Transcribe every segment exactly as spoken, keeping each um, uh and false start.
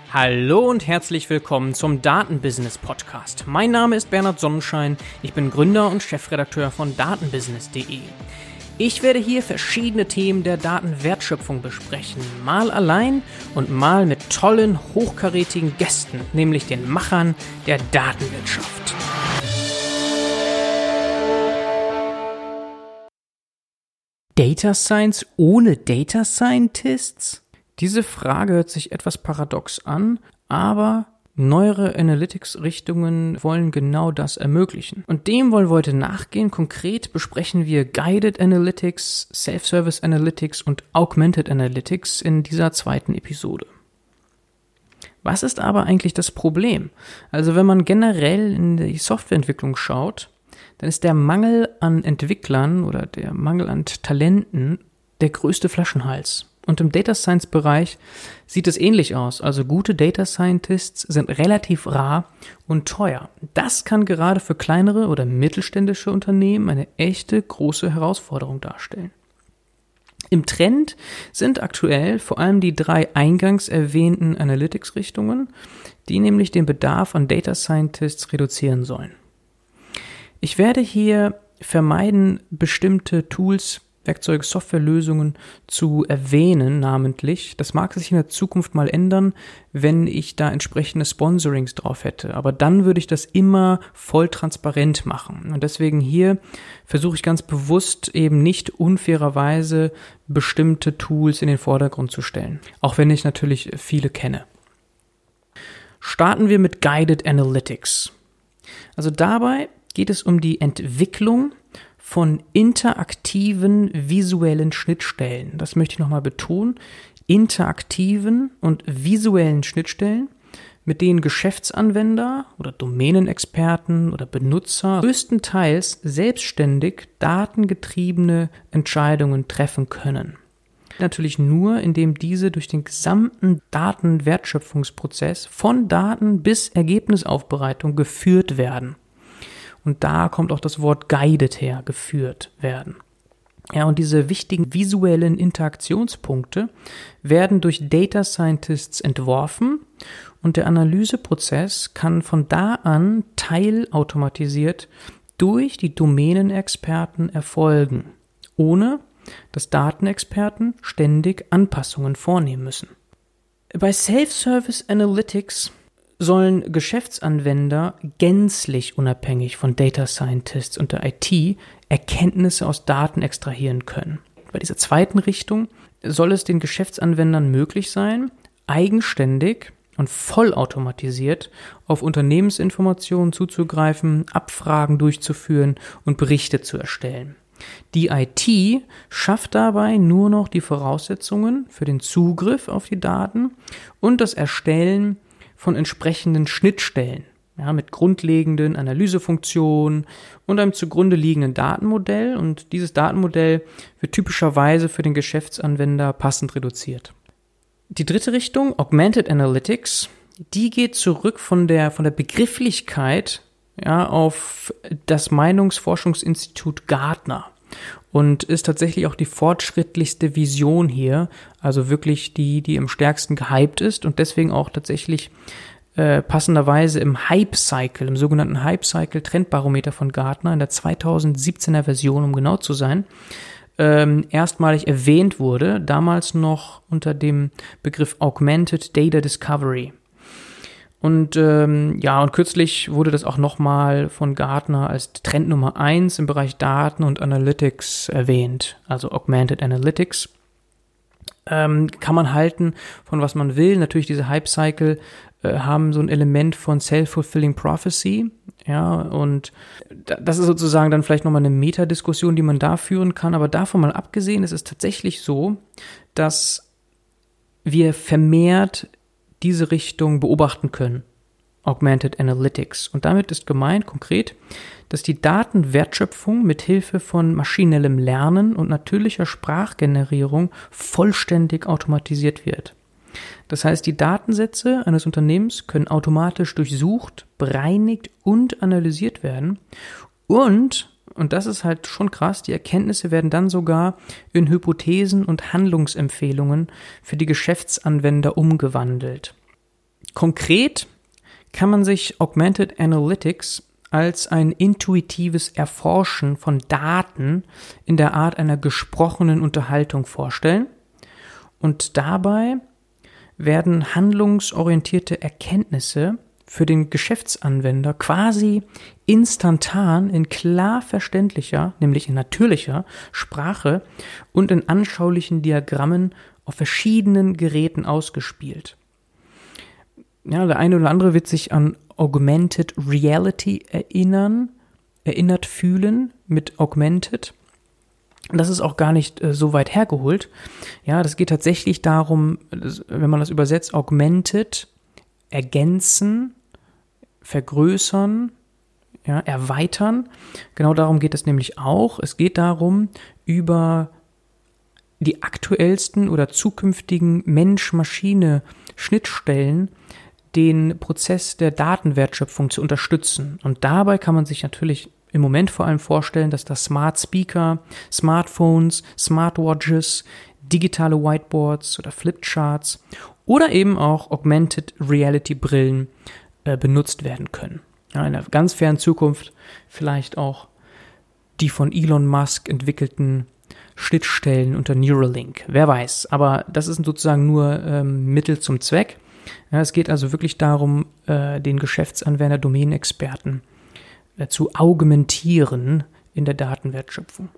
Hallo und herzlich willkommen zum Datenbusiness Podcast. Mein Name ist Bernhard Sonnenschein, ich bin Gründer und Chefredakteur von datenbusiness punkt de. Ich werde hier verschiedene Themen der Datenwertschöpfung besprechen, mal allein und mal mit tollen, hochkarätigen Gästen, nämlich den Machern der Datenwirtschaft. Data Science ohne Data Scientists? Diese Frage hört sich etwas paradox an, aber neuere Analytics-Richtungen wollen genau das ermöglichen. Und dem wollen wir heute nachgehen. Konkret besprechen wir Guided Analytics, Self-Service Analytics und Augmented Analytics in dieser zweiten Episode. Was ist aber eigentlich das Problem? Also wenn man generell in die Softwareentwicklung schaut, dann ist der Mangel an Entwicklern oder der Mangel an Talenten der größte Flaschenhals. Und im Data Science Bereich sieht es ähnlich aus. Also gute Data Scientists sind relativ rar und teuer. Das kann gerade für kleinere oder mittelständische Unternehmen eine echte große Herausforderung darstellen. Im Trend sind aktuell vor allem die drei eingangs erwähnten Analytics-Richtungen, die nämlich den Bedarf an Data Scientists reduzieren sollen. Ich werde hier vermeiden, bestimmte Tools, Werkzeuge, Softwarelösungen zu erwähnen, namentlich. Das mag sich in der Zukunft mal ändern, wenn ich da entsprechende Sponsorings drauf hätte. Aber dann würde ich das immer voll transparent machen. Und deswegen hier versuche ich ganz bewusst eben nicht unfairerweise bestimmte Tools in den Vordergrund zu stellen. Auch wenn ich natürlich viele kenne. Starten wir mit Guided Analytics. Also dabei geht es um die Entwicklung von interaktiven visuellen Schnittstellen. Das möchte ich nochmal betonen. Interaktiven und visuellen Schnittstellen, mit denen Geschäftsanwender oder Domänenexperten oder Benutzer größtenteils selbstständig datengetriebene Entscheidungen treffen können. Natürlich nur, indem diese durch den gesamten Datenwertschöpfungsprozess von Daten bis Ergebnisaufbereitung geführt werden. Und da kommt auch das Wort guided her, geführt werden. Ja, und diese wichtigen visuellen Interaktionspunkte werden durch Data Scientists entworfen und der Analyseprozess kann von da an teilautomatisiert durch die Domänenexperten erfolgen, ohne dass Datenexperten ständig Anpassungen vornehmen müssen. Bei Self-Service Analytics sollen Geschäftsanwender gänzlich unabhängig von Data Scientists und der I T Erkenntnisse aus Daten extrahieren können. Bei dieser zweiten Richtung soll es den Geschäftsanwendern möglich sein, eigenständig und vollautomatisiert auf Unternehmensinformationen zuzugreifen, Abfragen durchzuführen und Berichte zu erstellen. Die I T schafft dabei nur noch die Voraussetzungen für den Zugriff auf die Daten und das Erstellen von entsprechenden Schnittstellen, ja, mit grundlegenden Analysefunktionen und einem zugrunde liegenden Datenmodell. Und dieses Datenmodell wird typischerweise für den Geschäftsanwender passend reduziert. Die dritte Richtung, Augmented Analytics, die geht zurück von der, von der Begrifflichkeit ja, auf das Meinungsforschungsinstitut Gartner. Und ist tatsächlich auch die fortschrittlichste Vision hier, also wirklich die, die am stärksten gehypt ist und deswegen auch tatsächlich äh, passenderweise im Hype-Cycle, im sogenannten Hype-Cycle-Trendbarometer von Gartner in der zweitausendsiebzehner Version, um genau zu sein, ähm, erstmalig erwähnt wurde, damals noch unter dem Begriff Augmented Data Discovery. Und ähm, ja, und kürzlich wurde das auch nochmal von Gartner als Trend Nummer eins im Bereich Daten und Analytics erwähnt, also Augmented Analytics. Ähm, kann man halten, von was man will. Natürlich diese Hype-Cycle äh, haben so ein Element von Self-Fulfilling Prophecy, ja, und das ist sozusagen dann vielleicht nochmal eine Metadiskussion, die man da führen kann, aber davon mal abgesehen, ist es tatsächlich so, dass wir vermehrt diese Richtung beobachten können, Augmented Analytics. Und damit ist gemeint konkret, dass die Datenwertschöpfung mit Hilfe von maschinellem Lernen und natürlicher Sprachgenerierung vollständig automatisiert wird. Das heißt, die Datensätze eines Unternehmens können automatisch durchsucht, bereinigt und analysiert werden und Und das ist halt schon krass, die Erkenntnisse werden dann sogar in Hypothesen und Handlungsempfehlungen für die Geschäftsanwender umgewandelt. Konkret kann man sich Augmented Analytics als ein intuitives Erforschen von Daten in der Art einer gesprochenen Unterhaltung vorstellen. Und dabei werden handlungsorientierte Erkenntnisse für den Geschäftsanwender quasi instantan in klar verständlicher, nämlich in natürlicher Sprache und in anschaulichen Diagrammen auf verschiedenen Geräten ausgespielt. Ja, der eine oder andere wird sich an Augmented Reality erinnern, erinnert fühlen mit Augmented. Das ist auch gar nicht äh, so weit hergeholt. Ja, das geht tatsächlich darum, das, wenn man das übersetzt, Augmented, ergänzen, vergrößern, ja, erweitern. Genau darum geht es nämlich auch. Es geht darum, über die aktuellsten oder zukünftigen Mensch-Maschine-Schnittstellen den Prozess der Datenwertschöpfung zu unterstützen. Und dabei kann man sich natürlich im Moment vor allem vorstellen, dass da Smart Speaker, Smartphones, Smartwatches, digitale Whiteboards oder Flipcharts oder eben auch Augmented Reality Brillen äh, benutzt werden können. Ja, in der ganz fernen Zukunft vielleicht auch die von Elon Musk entwickelten Schnittstellen unter Neuralink. Wer weiß, aber das ist sozusagen nur ähm, Mittel zum Zweck. Ja, es geht also wirklich darum, äh, den Geschäftsanwender, Domänenexperten äh, zu augmentieren in der Datenwertschöpfung.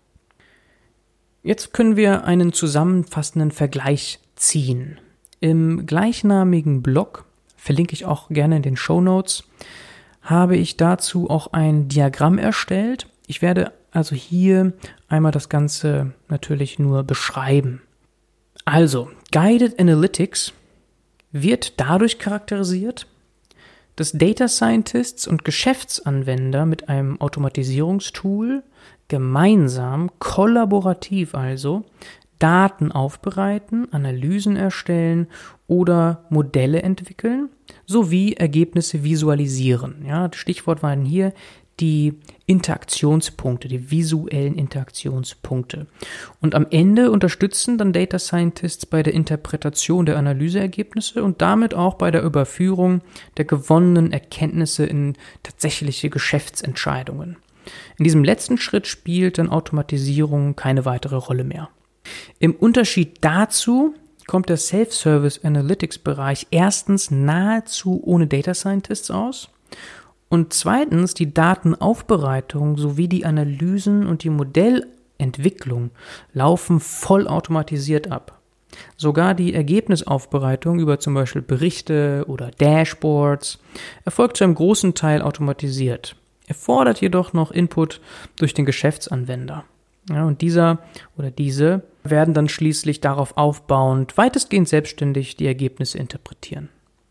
Jetzt können wir einen zusammenfassenden Vergleich ziehen. Im gleichnamigen Blog, verlinke ich auch gerne in den Shownotes, habe ich dazu auch ein Diagramm erstellt. Ich werde also hier einmal das Ganze natürlich nur beschreiben. Also, Guided Analytics wird dadurch charakterisiert, dass Data Scientists und Geschäftsanwender mit einem Automatisierungstool gemeinsam, kollaborativ also, Daten aufbereiten, Analysen erstellen oder Modelle entwickeln, sowie Ergebnisse visualisieren. Ja, Stichwort waren hier die Interaktionspunkte, die visuellen Interaktionspunkte. Und am Ende unterstützen dann Data Scientists bei der Interpretation der Analyseergebnisse und damit auch bei der Überführung der gewonnenen Erkenntnisse in tatsächliche Geschäftsentscheidungen. In diesem letzten Schritt spielt dann Automatisierung keine weitere Rolle mehr. Im Unterschied dazu kommt der Self-Service Analytics-Bereich erstens nahezu ohne Data Scientists aus und zweitens die Datenaufbereitung sowie die Analysen und die Modellentwicklung laufen vollautomatisiert ab. Sogar die Ergebnisaufbereitung über zum Beispiel Berichte oder Dashboards erfolgt zu einem großen Teil automatisiert, erfordert jedoch noch Input durch den Geschäftsanwender. Ja, und dieser oder diese werden dann schließlich darauf aufbauend weitestgehend selbstständig die Ergebnisse interpretieren.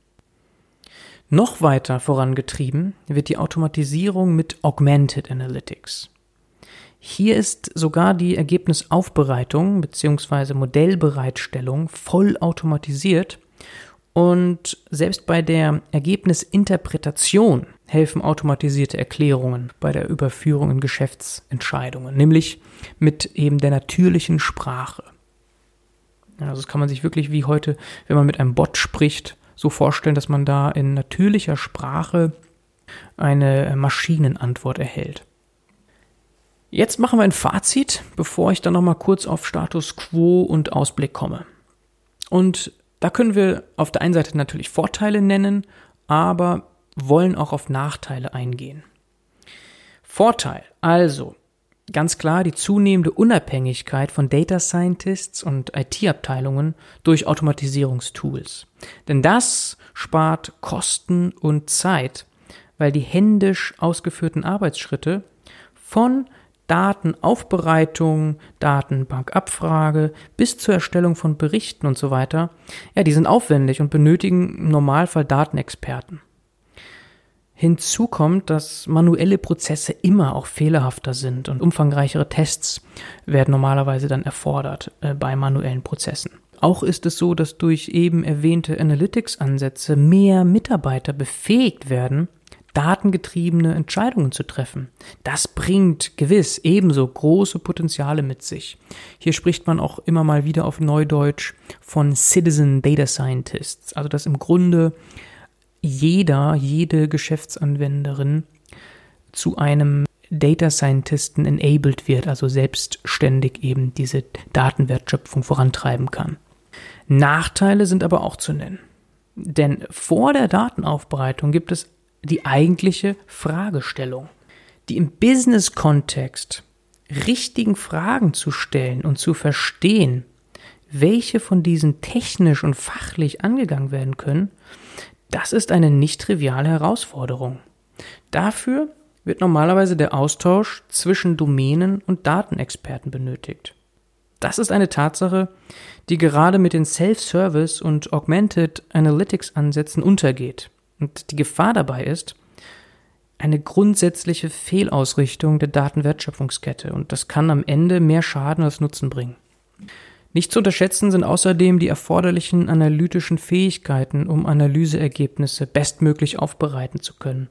Noch weiter vorangetrieben wird die Automatisierung mit Augmented Analytics. Hier ist sogar die Ergebnisaufbereitung bzw. Modellbereitstellung voll automatisiert und selbst bei der Ergebnisinterpretation helfen automatisierte Erklärungen bei der Überführung in Geschäftsentscheidungen, nämlich mit eben der natürlichen Sprache. Also das kann man sich wirklich wie heute, wenn man mit einem Bot spricht, so vorstellen, dass man da in natürlicher Sprache eine Maschinenantwort erhält. Jetzt machen wir ein Fazit, bevor ich dann nochmal kurz auf Status Quo und Ausblick komme. Und da können wir auf der einen Seite natürlich Vorteile nennen, aber wollen auch auf Nachteile eingehen. Vorteil, also ganz klar die zunehmende Unabhängigkeit von Data Scientists und I T-Abteilungen durch Automatisierungstools. Denn das spart Kosten und Zeit, weil die händisch ausgeführten Arbeitsschritte von Datenaufbereitung, Datenbankabfrage bis zur Erstellung von Berichten und so weiter, ja, die sind aufwendig und benötigen im Normalfall Datenexperten. Hinzu kommt, dass manuelle Prozesse immer auch fehlerhafter sind und umfangreichere Tests werden normalerweise dann erfordert äh, bei manuellen Prozessen. Auch ist es so, dass durch eben erwähnte Analytics-Ansätze mehr Mitarbeiter befähigt werden, datengetriebene Entscheidungen zu treffen. Das bringt gewiss ebenso große Potenziale mit sich. Hier spricht man auch immer mal wieder auf Neudeutsch von Citizen Data Scientists, also dass im Grunde jeder, jede Geschäftsanwenderin zu einem Data Scientisten enabled wird, also selbstständig eben diese Datenwertschöpfung vorantreiben kann. Nachteile sind aber auch zu nennen. Denn vor der Datenaufbereitung gibt es die eigentliche Fragestellung. Die im Business-Kontext richtigen Fragen zu stellen und zu verstehen, welche von diesen technisch und fachlich angegangen werden können, das ist eine nicht triviale Herausforderung. Dafür wird normalerweise der Austausch zwischen Domänen und Datenexperten benötigt. Das ist eine Tatsache, die gerade mit den Self-Service und Augmented Analytics-Ansätzen untergeht. Und die Gefahr dabei ist eine grundsätzliche Fehlausrichtung der Datenwertschöpfungskette. Und das kann am Ende mehr Schaden als Nutzen bringen. Nicht zu unterschätzen sind außerdem die erforderlichen analytischen Fähigkeiten, um Analyseergebnisse bestmöglich aufbereiten zu können.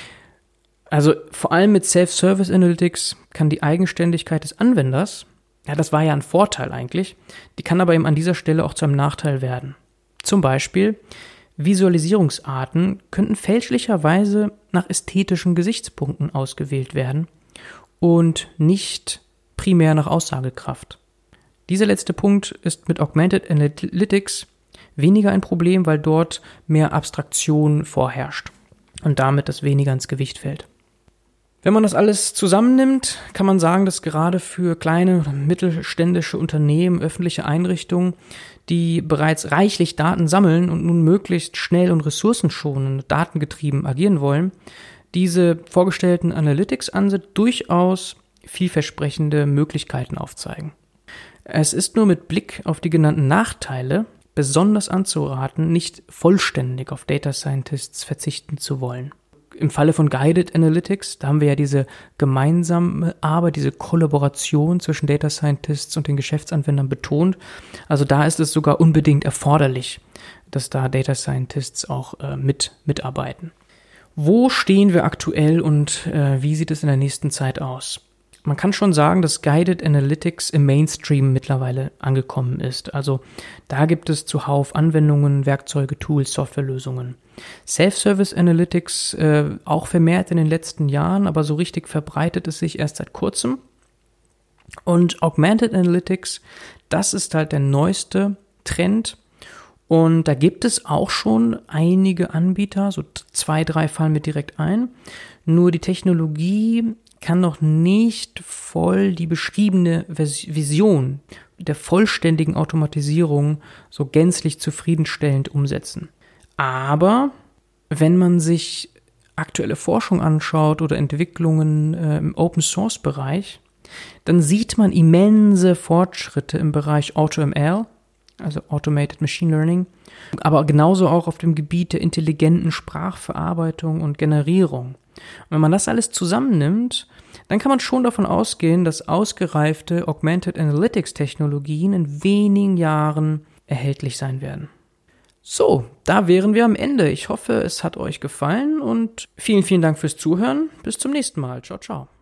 Also vor allem mit Self-Service Analytics kann die Eigenständigkeit des Anwenders, ja, das war ja ein Vorteil eigentlich, die kann aber eben an dieser Stelle auch zu einem Nachteil werden. Zum Beispiel Visualisierungsarten könnten fälschlicherweise nach ästhetischen Gesichtspunkten ausgewählt werden und nicht primär nach Aussagekraft. Dieser letzte Punkt ist mit Augmented Analytics weniger ein Problem, weil dort mehr Abstraktion vorherrscht und damit das weniger ins Gewicht fällt. Wenn man das alles zusammennimmt, kann man sagen, dass gerade für kleine oder mittelständische Unternehmen, öffentliche Einrichtungen, die bereits reichlich Daten sammeln und nun möglichst schnell und ressourcenschonend datengetrieben agieren wollen, diese vorgestellten Analytics-Ansätze durchaus vielversprechende Möglichkeiten aufzeigen. Es ist nur mit Blick auf die genannten Nachteile besonders anzuraten, nicht vollständig auf Data Scientists verzichten zu wollen. Im Falle von Guided Analytics, da haben wir ja diese gemeinsame Arbeit, diese Kollaboration zwischen Data Scientists und den Geschäftsanwendern betont. Also da ist es sogar unbedingt erforderlich, dass da Data Scientists auch äh, mit mitarbeiten. Wo stehen wir aktuell und äh, wie sieht es in der nächsten Zeit aus? Man kann schon sagen, dass Guided Analytics im Mainstream mittlerweile angekommen ist. Also da gibt es zuhauf Anwendungen, Werkzeuge, Tools, Softwarelösungen. Self-Service Analytics äh, auch vermehrt in den letzten Jahren, aber so richtig verbreitet es sich erst seit kurzem. Und Augmented Analytics, das ist halt der neueste Trend. Und da gibt es auch schon einige Anbieter, so zwei, drei fallen mir direkt ein. Nur die Technologie kann noch nicht voll die beschriebene Vision der vollständigen Automatisierung so gänzlich zufriedenstellend umsetzen. Aber wenn man sich aktuelle Forschung anschaut oder Entwicklungen äh, im Open-Source-Bereich, dann sieht man immense Fortschritte im Bereich AutoML, also Automated Machine Learning, aber genauso auch auf dem Gebiet der intelligenten Sprachverarbeitung und Generierung. Und wenn man das alles zusammennimmt, dann kann man schon davon ausgehen, dass ausgereifte Augmented Analytics Technologien in wenigen Jahren erhältlich sein werden. So, da wären wir am Ende. Ich hoffe, es hat euch gefallen und vielen, vielen Dank fürs Zuhören. Bis zum nächsten Mal. Ciao, ciao.